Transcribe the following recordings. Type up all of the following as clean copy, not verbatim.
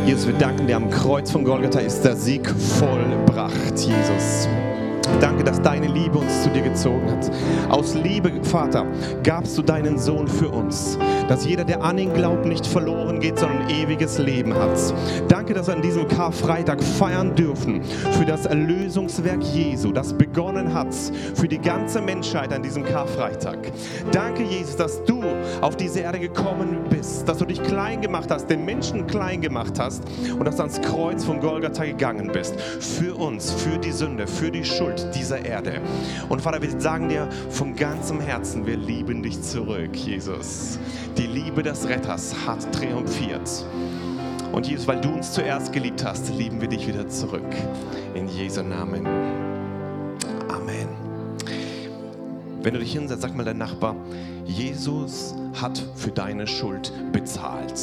Jesus, wir danken dir, am Kreuz von Golgatha ist der Sieg vollbracht, Jesus. Danke, dass deine Liebe uns zu dir gezogen hat. Aus Liebe, Vater, gabst du deinen Sohn für uns, dass jeder, der an ihn glaubt, nicht verloren geht, sondern ewiges Leben hat. Danke, dass wir an diesem Karfreitag feiern dürfen für das Erlösungswerk Jesu, das begonnen hat für die ganze Menschheit an diesem Karfreitag. Danke, Jesus, dass du auf diese Erde gekommen bist, dass du dich klein gemacht hast, den Menschen klein gemacht hast und dass du ans Kreuz von Golgatha gegangen bist. Für uns, für die Sünde, für die Schuld dieser Erde. Und Vater, wir sagen dir von ganzem Herzen, wir lieben dich zurück, Jesus. Die Liebe des Retters hat triumphiert. Und Jesus, weil du uns zuerst geliebt hast, lieben wir dich wieder zurück. In Jesu Namen. Amen. Wenn du dich hinsetzt, sag mal dein Nachbar, Jesus hat für deine Schuld bezahlt.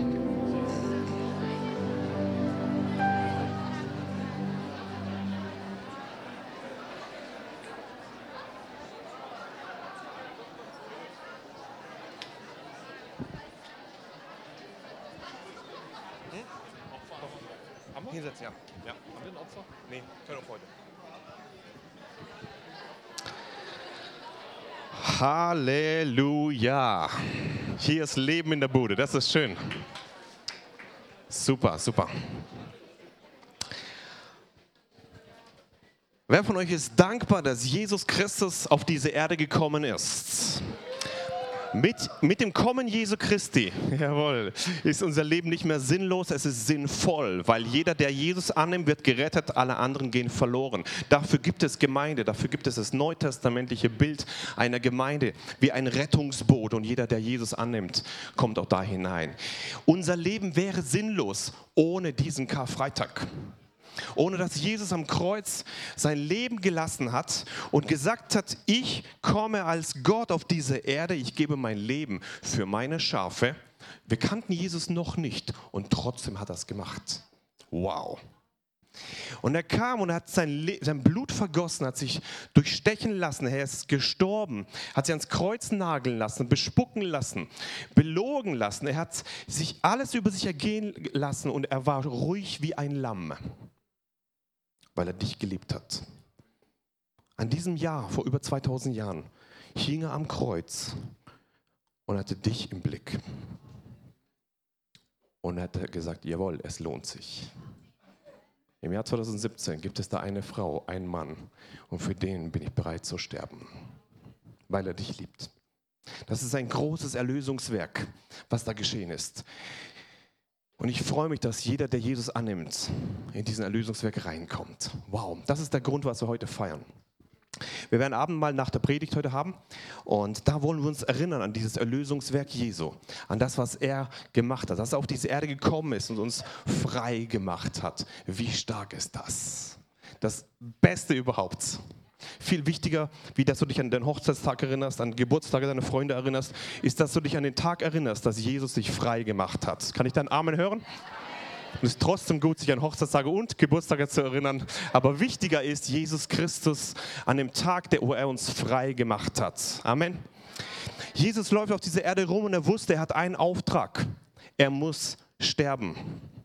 Hinsetzen, ja. Haben wir ein Opfer? Nee, können wir heute. Halleluja. Hier ist Leben in der Bude, das ist schön. Super, super. Wer von euch ist dankbar, dass Jesus Christus auf diese Erde gekommen ist? Mit dem Kommen Jesu Christi, jawohl, ist unser Leben nicht mehr sinnlos, es ist sinnvoll, weil jeder, der Jesus annimmt, wird gerettet, alle anderen gehen verloren. Dafür gibt es Gemeinde, dafür gibt es das neutestamentliche Bild einer Gemeinde wie ein Rettungsboot und jeder, der Jesus annimmt, kommt auch da hinein. Unser Leben wäre sinnlos ohne diesen Karfreitag. Ohne dass Jesus am Kreuz sein Leben gelassen hat und gesagt hat, ich komme als Gott auf diese Erde, ich gebe mein Leben für meine Schafe. Wir kannten Jesus noch nicht und trotzdem hat er es gemacht. Wow. Und er kam und hat sein Blut vergossen, hat sich durchstechen lassen, er ist gestorben, hat sich ans Kreuz nageln lassen, bespucken lassen, belogen lassen. Er hat sich alles über sich ergehen lassen und er war ruhig wie ein Lamm, weil er dich geliebt hat. An diesem Jahr, vor über 2000 Jahren, hing er am Kreuz und hatte dich im Blick. Und er hat gesagt, jawohl, es lohnt sich. Im Jahr 2017 gibt es da eine Frau, einen Mann und für den bin ich bereit zu sterben, weil er dich liebt. Das ist ein großes Erlösungswerk, was da geschehen ist. Und ich freue mich, dass jeder, der Jesus annimmt, in diesen Erlösungswerk reinkommt. Wow, das ist der Grund, was wir heute feiern. Wir werden Abendmahl nach der Predigt heute haben und da wollen wir uns erinnern an dieses Erlösungswerk Jesu, an das, was er gemacht hat, dass er auf diese Erde gekommen ist und uns frei gemacht hat. Wie stark ist das? Das Beste überhaupt. Viel wichtiger, wie dass du dich an den Hochzeitstag erinnerst, an Geburtstage deiner Freunde erinnerst, ist, dass du dich an den Tag erinnerst, dass Jesus dich frei gemacht hat. Kann ich deinen Amen hören? Es ist trotzdem gut, sich an Hochzeitstage und Geburtstage zu erinnern. Aber wichtiger ist Jesus Christus an dem Tag, wo er uns frei gemacht hat. Amen. Jesus läuft auf dieser Erde rum und er wusste, er hat einen Auftrag. Er muss sterben.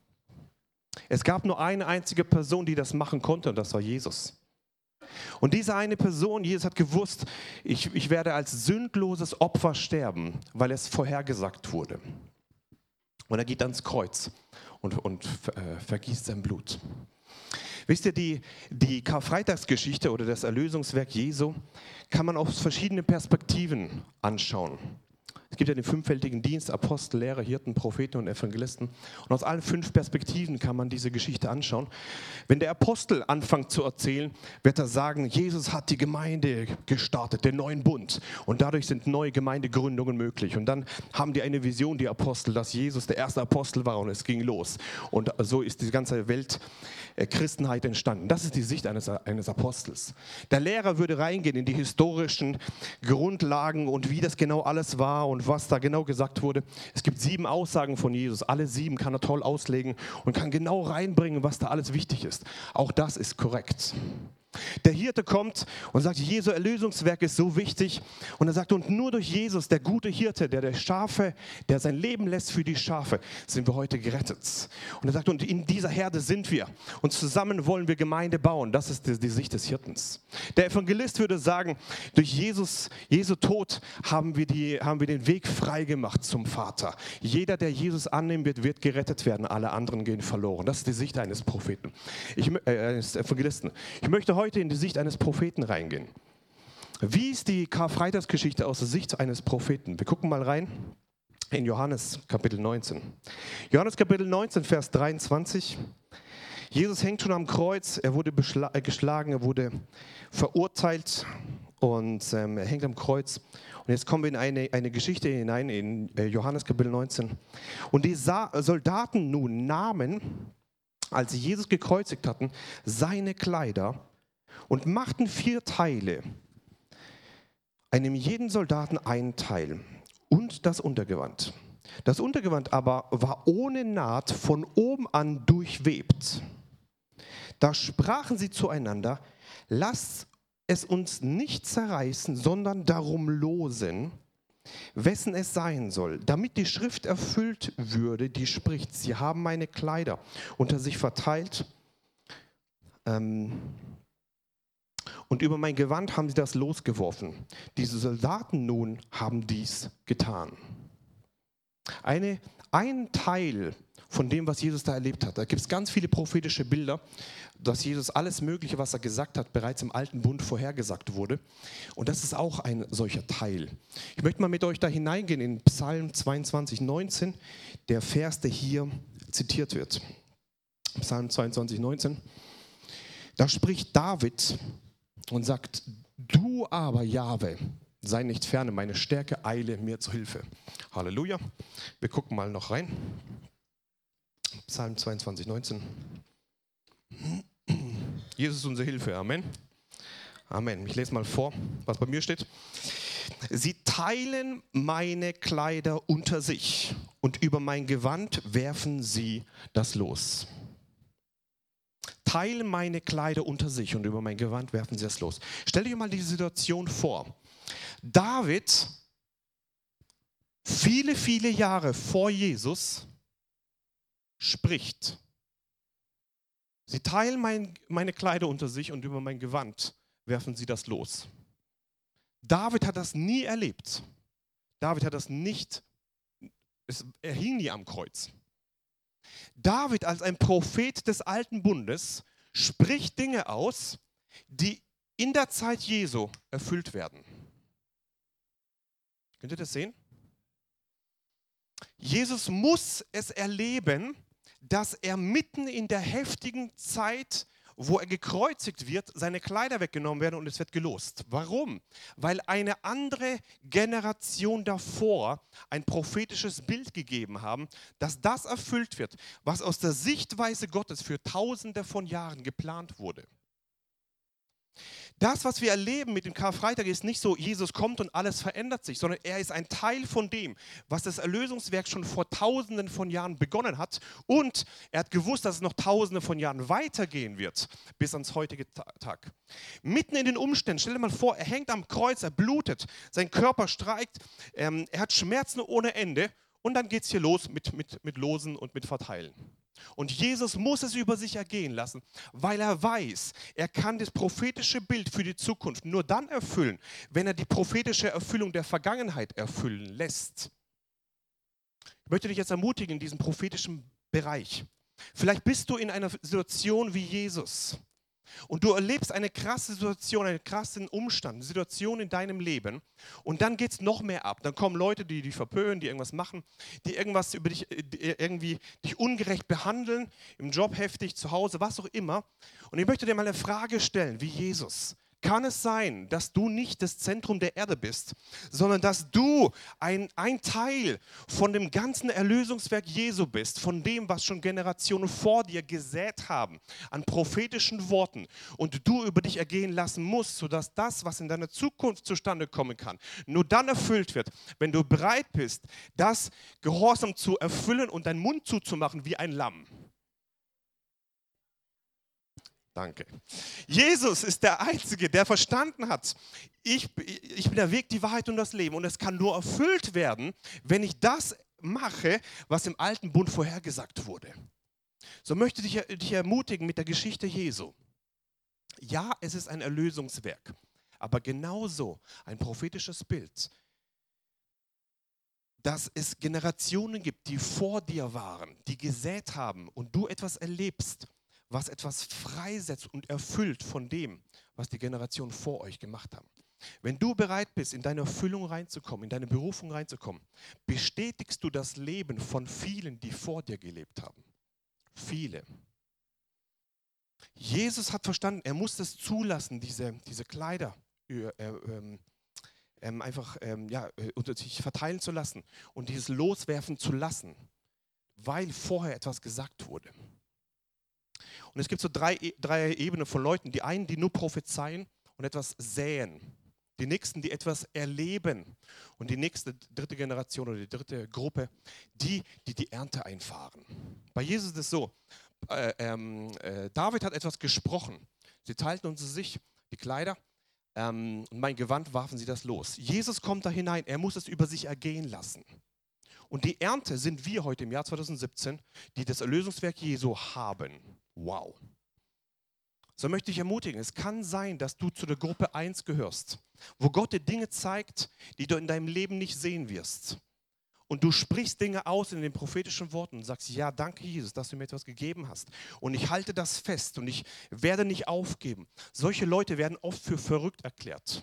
Es gab nur eine einzige Person, die das machen konnte und das war Jesus. Und diese eine Person, Jesus hat gewusst, ich werde als sündloses Opfer sterben, weil es vorhergesagt wurde. Und er geht ans Kreuz und vergießt sein Blut. Wisst ihr, die Karfreitagsgeschichte oder das Erlösungswerk Jesu kann man aus verschiedenen Perspektiven anschauen. Es gibt ja den fünffältigen Dienst, Apostel, Lehrer, Hirten, Propheten und Evangelisten. Und aus allen 5 Perspektiven kann man diese Geschichte anschauen. Wenn der Apostel anfängt zu erzählen, wird er sagen, Jesus hat die Gemeinde gestartet, den neuen Bund. Und dadurch sind neue Gemeindegründungen möglich. Und dann haben die eine Vision, die Apostel, dass Jesus der erste Apostel war und es ging los. Und so ist die ganze Welt Christenheit entstanden. Das ist die Sicht eines Apostels. Der Lehrer würde reingehen in die historischen Grundlagen und wie das genau alles war und was da genau gesagt wurde. Es gibt 7 Aussagen von Jesus. Alle 7 kann er toll auslegen und kann genau reinbringen, was da alles wichtig ist. Auch das ist korrekt. Der Hirte kommt und sagt, Jesu Erlösungswerk ist so wichtig. Und er sagt, und nur durch Jesus, der gute Hirte, der sein Leben lässt für die Schafe, sind wir heute gerettet. Und er sagt, und in dieser Herde sind wir. Und zusammen wollen wir Gemeinde bauen. Das ist die Sicht des Hirtens. Der Evangelist würde sagen, durch Jesu Tod haben wir den Weg frei gemacht zum Vater. Jeder, der Jesus annehmen wird gerettet werden. Alle anderen gehen verloren. Das ist die Sicht eines Propheten, eines Evangelisten. Ich möchte heute in die Sicht eines Propheten reingehen. Wie ist die Karfreitagsgeschichte aus der Sicht eines Propheten? Wir gucken mal rein in Johannes Kapitel 19. Johannes Kapitel 19, Vers 23. Jesus hängt schon am Kreuz, er wurde geschlagen, er wurde verurteilt und er hängt am Kreuz. Und jetzt kommen wir in eine Geschichte hinein, in Johannes Kapitel 19. Und die Soldaten nun nahmen, als sie Jesus gekreuzigt hatten, seine Kleider und machten 4 Teile, einem jeden Soldaten einen Teil und das Untergewand. Das Untergewand aber war ohne Naht von oben an durchwebt. Da sprachen sie zueinander, lasst es uns nicht zerreißen, sondern darum losen, wessen es sein soll, damit die Schrift erfüllt würde, die spricht, sie haben meine Kleider unter sich verteilt und über mein Gewand haben sie das losgeworfen. Diese Soldaten nun haben dies getan. Ein Teil von dem, was Jesus da erlebt hat. Da gibt es ganz viele prophetische Bilder, dass Jesus alles Mögliche, was er gesagt hat, bereits im Alten Bund vorhergesagt wurde. Und das ist auch ein solcher Teil. Ich möchte mal mit euch da hineingehen in Psalm 22, 19, der Vers, der hier zitiert wird. Psalm 22, 19. Da spricht David und sagt, du aber, Jahwe, sei nicht ferne, meine Stärke eile mir zu Hilfe. Halleluja. Wir gucken mal noch rein. Psalm 22, 19. Jesus ist unsere Hilfe. Amen. Amen. Ich lese mal vor, was bei mir steht. Sie teilen meine Kleider unter sich und über mein Gewand werfen sie das los. Teilen meine Kleider unter sich und über mein Gewand werfen sie das los. Stell dir mal die Situation vor. David, viele, viele Jahre vor Jesus, spricht. Sie teilen meine Kleider unter sich und über mein Gewand werfen sie das los. David hat das nie erlebt. David hat das nicht, er hing nie am Kreuz. David als ein Prophet des Alten Bundes spricht Dinge aus, die in der Zeit Jesu erfüllt werden. Könnt ihr das sehen? Jesus muss es erleben, dass er mitten in der heftigen Zeit, wo er gekreuzigt wird, seine Kleider weggenommen werden und es wird gelost. Warum? Weil eine andere Generation davor ein prophetisches Bild gegeben haben, dass das erfüllt wird, was aus der Sichtweise Gottes für Tausende von Jahren geplant wurde. Das, was wir erleben mit dem Karfreitag, ist nicht so, Jesus kommt und alles verändert sich, sondern er ist ein Teil von dem, was das Erlösungswerk schon vor Tausenden von Jahren begonnen hat. Und er hat gewusst, dass es noch Tausende von Jahren weitergehen wird, bis ans heutige Tag. Mitten in den Umständen, stell dir mal vor, er hängt am Kreuz, er blutet, sein Körper streikt, er hat Schmerzen ohne Ende und dann geht es hier los mit Losen und mit Verteilen. Und Jesus muss es über sich ergehen lassen, weil er weiß, er kann das prophetische Bild für die Zukunft nur dann erfüllen, wenn er die prophetische Erfüllung der Vergangenheit erfüllen lässt. Ich möchte dich jetzt ermutigen in diesem prophetischen Bereich. Vielleicht bist du in einer Situation wie Jesus und du erlebst eine krasse Situation, einen krassen Umstand, eine Situation in deinem Leben und dann geht es noch mehr ab. Dann kommen Leute, die dich verpönen, die irgendwas machen, die irgendwas über dich, irgendwie dich ungerecht behandeln, im Job heftig, zu Hause, was auch immer. Und ich möchte dir mal eine Frage stellen, wie Jesus. Kann es sein, dass du nicht das Zentrum der Erde bist, sondern dass du ein Teil von dem ganzen Erlösungswerk Jesu bist, von dem, was schon Generationen vor dir gesät haben, an prophetischen Worten und du über dich ergehen lassen musst, sodass das, was in deiner Zukunft zustande kommen kann, nur dann erfüllt wird, wenn du bereit bist, das gehorsam zu erfüllen und deinen Mund zuzumachen wie ein Lamm. Danke. Jesus ist der Einzige, der verstanden hat, ich bin der Weg, die Wahrheit und das Leben. Und es kann nur erfüllt werden, wenn ich das mache, was im alten Bund vorhergesagt wurde. So möchte ich dich ermutigen mit der Geschichte Jesu. Ja, es ist ein Erlösungswerk, aber genauso ein prophetisches Bild, dass es Generationen gibt, die vor dir waren, die gesät haben und du etwas erlebst, was etwas freisetzt und erfüllt von dem, was die Generationen vor euch gemacht haben. Wenn du bereit bist, in deine Erfüllung reinzukommen, in deine Berufung reinzukommen, bestätigst du das Leben von vielen, die vor dir gelebt haben. Viele. Jesus hat verstanden, er muss es zulassen, diese Kleider unter sich verteilen zu lassen und dieses loswerfen zu lassen, weil vorher etwas gesagt wurde. Und es gibt so drei Ebenen von Leuten. Die einen, die nur prophezeien und etwas säen. Die nächsten, die etwas erleben. Und die nächste, dritte Generation oder die dritte Gruppe, die Ernte einfahren. Bei Jesus ist es so, David hat etwas gesprochen. Sie teilten unter sich die Kleider und mein Gewand warfen sie das los. Jesus kommt da hinein, er muss es über sich ergehen lassen. Und die Ernte sind wir heute im Jahr 2017, die das Erlösungswerk Jesu haben. Wow. So möchte ich ermutigen, es kann sein, dass du zu der Gruppe 1 gehörst, wo Gott dir Dinge zeigt, die du in deinem Leben nicht sehen wirst. Und du sprichst Dinge aus in den prophetischen Worten und sagst, ja, danke Jesus, dass du mir etwas gegeben hast. Und ich halte das fest und ich werde nicht aufgeben. Solche Leute werden oft für verrückt erklärt.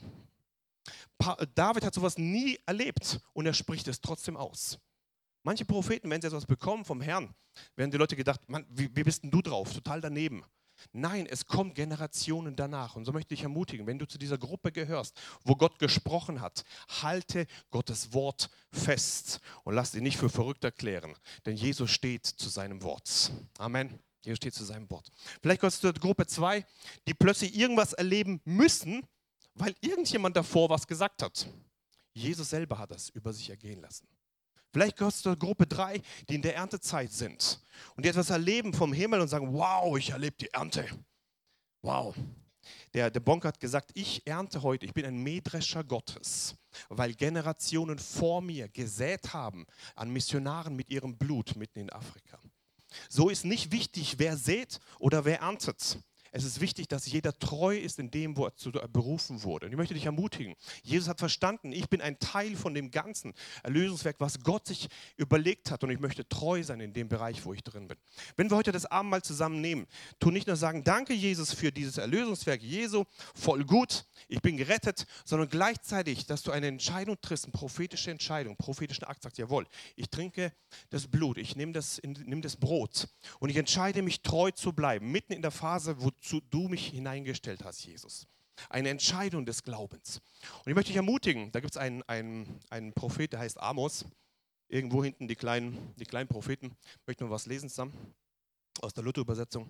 David hat sowas nie erlebt und er spricht es trotzdem aus. Manche Propheten, wenn sie etwas bekommen vom Herrn, werden die Leute gedacht, Mann, wie bist denn du drauf? Total daneben. Nein, es kommen Generationen danach. Und so möchte ich ermutigen, wenn du zu dieser Gruppe gehörst, wo Gott gesprochen hat, halte Gottes Wort fest und lass dich nicht für verrückt erklären. Denn Jesus steht zu seinem Wort. Amen. Jesus steht zu seinem Wort. Vielleicht gehörst du zur Gruppe 2, die plötzlich irgendwas erleben müssen, weil irgendjemand davor was gesagt hat. Jesus selber hat das über sich ergehen lassen. Vielleicht gehörst du zur Gruppe 3, die in der Erntezeit sind und die etwas erleben vom Himmel und sagen, wow, ich erlebe die Ernte. Wow. Der Bonk hat gesagt, ich ernte heute, ich bin ein Mähdrescher Gottes, weil Generationen vor mir gesät haben an Missionaren mit ihrem Blut mitten in Afrika. So ist nicht wichtig, wer sät oder wer erntet. Es ist wichtig, dass jeder treu ist in dem, wo er berufen wurde. Und ich möchte dich ermutigen, Jesus hat verstanden, ich bin ein Teil von dem ganzen Erlösungswerk, was Gott sich überlegt hat und ich möchte treu sein in dem Bereich, wo ich drin bin. Wenn wir heute das Abendmahl zusammen nehmen, tu nicht nur sagen, danke Jesus für dieses Erlösungswerk Jesu, voll gut, ich bin gerettet, sondern gleichzeitig, dass du eine Entscheidung triffst, eine prophetische Entscheidung, prophetischen Akt, sagst, jawohl, ich trinke das Blut, ich nehme das Brot und ich entscheide mich treu zu bleiben, mitten in der Phase, wozu du mich hineingestellt hast, Jesus. Eine Entscheidung des Glaubens. Und ich möchte dich ermutigen, da gibt es einen Prophet, der heißt Amos, irgendwo hinten die kleinen Propheten. Ich möchte noch was lesen zusammen aus der Luther-Übersetzung.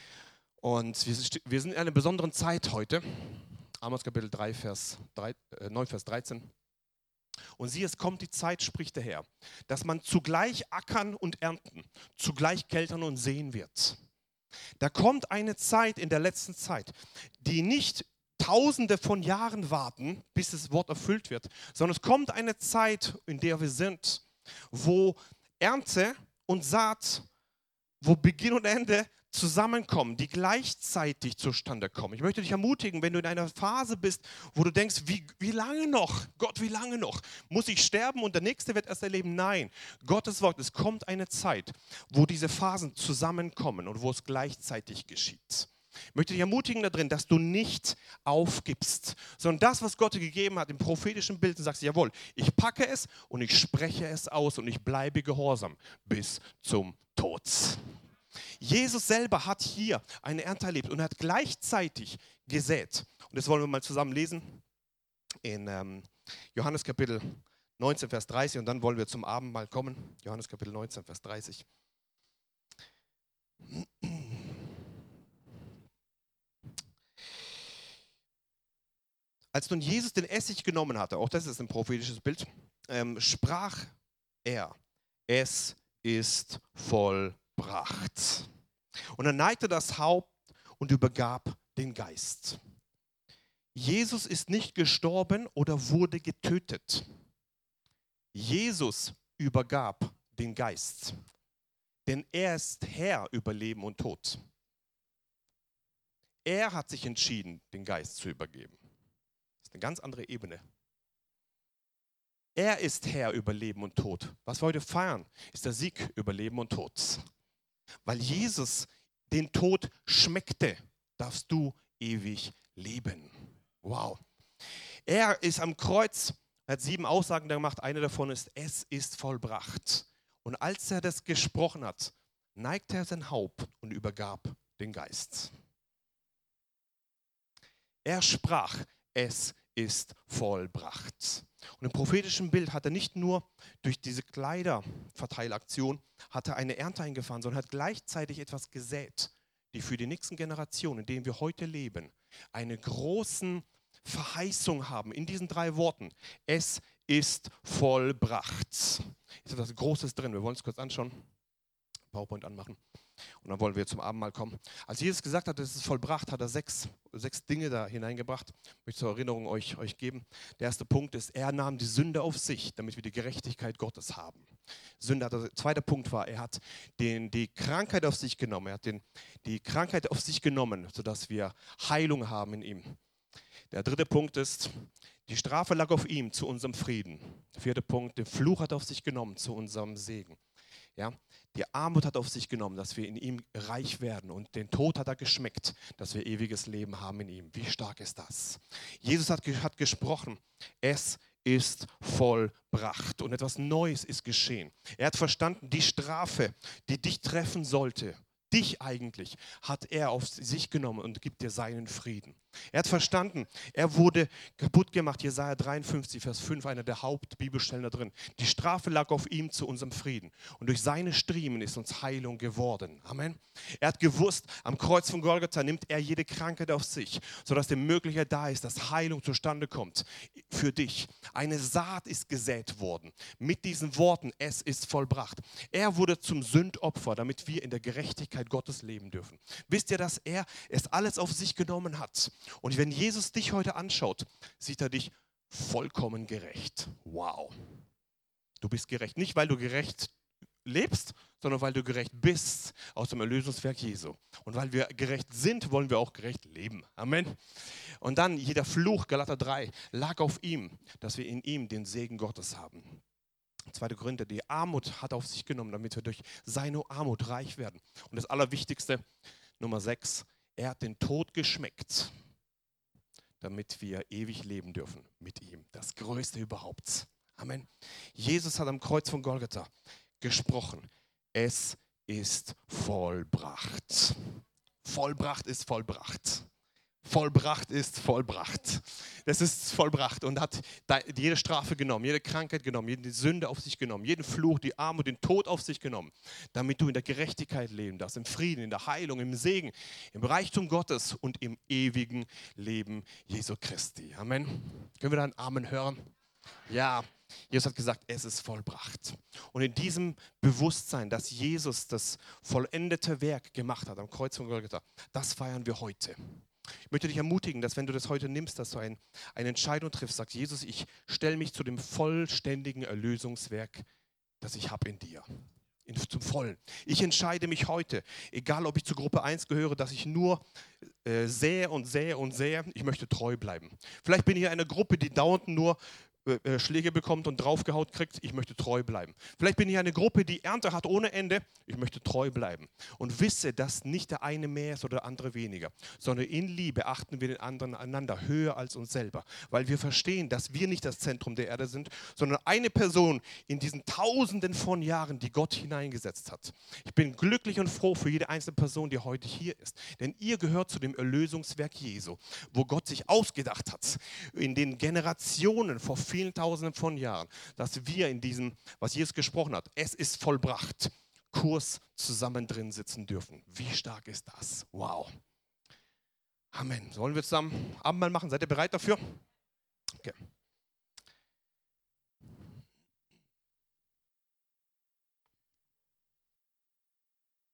Und wir sind in einer besonderen Zeit heute. Amos Kapitel 3, 9, Vers 13. Und siehe, es kommt die Zeit, spricht der Herr, dass man zugleich ackern und ernten, zugleich keltern und säen wird. Da kommt eine Zeit in der letzten Zeit, die nicht Tausende von Jahren warten, bis das Wort erfüllt wird, sondern es kommt eine Zeit, in der wir sind, wo Ernte und Saat, wo Beginn und Ende zusammenkommen, die gleichzeitig zustande kommen. Ich möchte dich ermutigen, wenn du in einer Phase bist, wo du denkst, wie lange noch? Gott, wie lange noch? Muss ich sterben und der Nächste wird erst erleben? Nein, Gottes Wort, es kommt eine Zeit, wo diese Phasen zusammenkommen und wo es gleichzeitig geschieht. Ich möchte dich ermutigen darin, dass du nicht aufgibst, sondern das, was Gott dir gegeben hat, im prophetischen Bild, und sagst, jawohl, ich packe es und ich spreche es aus und ich bleibe gehorsam bis zum Tod. Jesus selber hat hier eine Ernte erlebt und hat gleichzeitig gesät. Und das wollen wir mal zusammen lesen in Johannes Kapitel 19, Vers 30 und dann wollen wir zum Abendmahl kommen. Johannes Kapitel 19, Vers 30. Als nun Jesus den Essig genommen hatte, auch das ist ein prophetisches Bild, sprach er, es ist vollbracht. Und er neigte das Haupt und übergab den Geist. Jesus ist nicht gestorben oder wurde getötet. Jesus übergab den Geist. Denn er ist Herr über Leben und Tod. Er hat sich entschieden, den Geist zu übergeben. Das ist eine ganz andere Ebene. Er ist Herr über Leben und Tod. Was wir heute feiern, ist der Sieg über Leben und Tod. Weil Jesus den Tod schmeckte, darfst du ewig leben. Wow. Er ist am Kreuz, er hat 7 Aussagen gemacht. Eine davon ist, es ist vollbracht. Und als er das gesprochen hat, neigte er sein Haupt und übergab den Geist. Er sprach, es ist vollbracht. Und im prophetischen Bild hat er nicht nur durch diese Kleiderverteilaktion hat er eine Ernte eingefahren, sondern hat gleichzeitig etwas gesät, die für die nächsten Generationen, in denen wir heute leben, eine große Verheißung haben. In diesen 3 Worten, es ist vollbracht. Ist etwas Großes drin. Wir wollen es kurz anschauen. PowerPoint anmachen. Und dann wollen wir zum Abendmahl kommen. Als Jesus gesagt hat, es ist vollbracht, hat er 6 Dinge da hineingebracht. Ich möchte zur Erinnerung euch geben. Der erste Punkt ist, er nahm die Sünde auf sich, damit wir die Gerechtigkeit Gottes haben. Der zweite Punkt war, er hat die Krankheit auf sich genommen. Er hat die Krankheit auf sich genommen, sodass wir Heilung haben in ihm. Der dritte Punkt ist, die Strafe lag auf ihm zu unserem Frieden. Der vierte Punkt, den Fluch hat er auf sich genommen zu unserem Segen. Ja, die Armut hat auf sich genommen, dass wir in ihm reich werden. Und den Tod hat er geschmeckt, dass wir ewiges Leben haben in ihm. Wie stark ist das? Jesus hat gesprochen, es ist vollbracht. Und etwas Neues ist geschehen. Er hat verstanden, die Strafe, die dich treffen sollte, dich eigentlich, hat er auf sich genommen und gibt dir seinen Frieden. Er hat verstanden, er wurde kaputt gemacht. Jesaja 53, Vers 5, einer der Hauptbibelstellen da drin. Die Strafe lag auf ihm zu unserem Frieden. Und durch seine Striemen ist uns Heilung geworden. Amen. Er hat gewusst, am Kreuz von Golgatha nimmt er jede Krankheit auf sich, sodass die Möglichkeit da ist, dass Heilung zustande kommt für dich. Eine Saat ist gesät worden. Mit diesen Worten, es ist vollbracht. Er wurde zum Sündopfer, damit wir in der Gerechtigkeit Gottes leben dürfen. Wisst ihr, dass er es alles auf sich genommen hat? Und wenn Jesus dich heute anschaut, sieht er dich vollkommen gerecht. Wow. Du bist gerecht. Nicht, weil du gerecht lebst, sondern weil du gerecht bist aus dem Erlösungswerk Jesu. Und weil wir gerecht sind, wollen wir auch gerecht leben. Amen. Und dann jeder Fluch, Galater 3, lag auf ihm, dass wir in ihm den Segen Gottes haben. 2. Korinther, die Armut hat auf sich genommen, damit wir durch seine Armut reich werden. Und das Allerwichtigste, Nummer 6, er hat den Tod geschmeckt, damit wir ewig leben dürfen mit ihm. Das Größte überhaupt. Amen. Jesus hat am Kreuz von Golgatha gesprochen. Es ist vollbracht. Vollbracht ist vollbracht. Vollbracht ist vollbracht. Das ist vollbracht und hat jede Strafe genommen, jede Krankheit genommen, jede Sünde auf sich genommen, jeden Fluch, die Armut, den Tod auf sich genommen, damit du in der Gerechtigkeit leben darfst, im Frieden, in der Heilung, im Segen, im Reichtum Gottes und im ewigen Leben Jesu Christi. Amen. Können wir da einen Amen hören? Ja, Jesus hat gesagt, es ist vollbracht. Und in diesem Bewusstsein, dass Jesus das vollendete Werk gemacht hat am Kreuz von Golgatha, das feiern wir heute. Ich möchte dich ermutigen, dass wenn du das heute nimmst, dass du eine Entscheidung triffst, sagst, Jesus, ich stelle mich zu dem vollständigen Erlösungswerk, das ich habe in dir. Zum Vollen. Ich entscheide mich heute, egal ob ich zur Gruppe 1 gehöre, dass ich nur sähe und sähe und sähe, ich möchte treu bleiben. Vielleicht bin ich in einer Gruppe, die dauernd nur Schläge bekommt und draufgehaut kriegt, ich möchte treu bleiben. Vielleicht bin ich eine Gruppe, die Ernte hat ohne Ende, ich möchte treu bleiben. Und wisse, dass nicht der eine mehr ist oder der andere weniger, sondern in Liebe achten wir den anderen einander höher als uns selber, weil wir verstehen, dass wir nicht das Zentrum der Erde sind, sondern eine Person in diesen Tausenden von Jahren, die Gott hineingesetzt hat. Ich bin glücklich und froh für jede einzelne Person, die heute hier ist, denn ihr gehört zu dem Erlösungswerk Jesu, wo Gott sich ausgedacht hat, in den Generationen vor vielen Tausenden von Jahren, dass wir in diesem, was Jesus gesprochen hat, es ist vollbracht, Kurs zusammen drin sitzen dürfen. Wie stark ist das? Wow. Amen. Sollen wir zusammen Abendmahl machen? Seid ihr bereit dafür?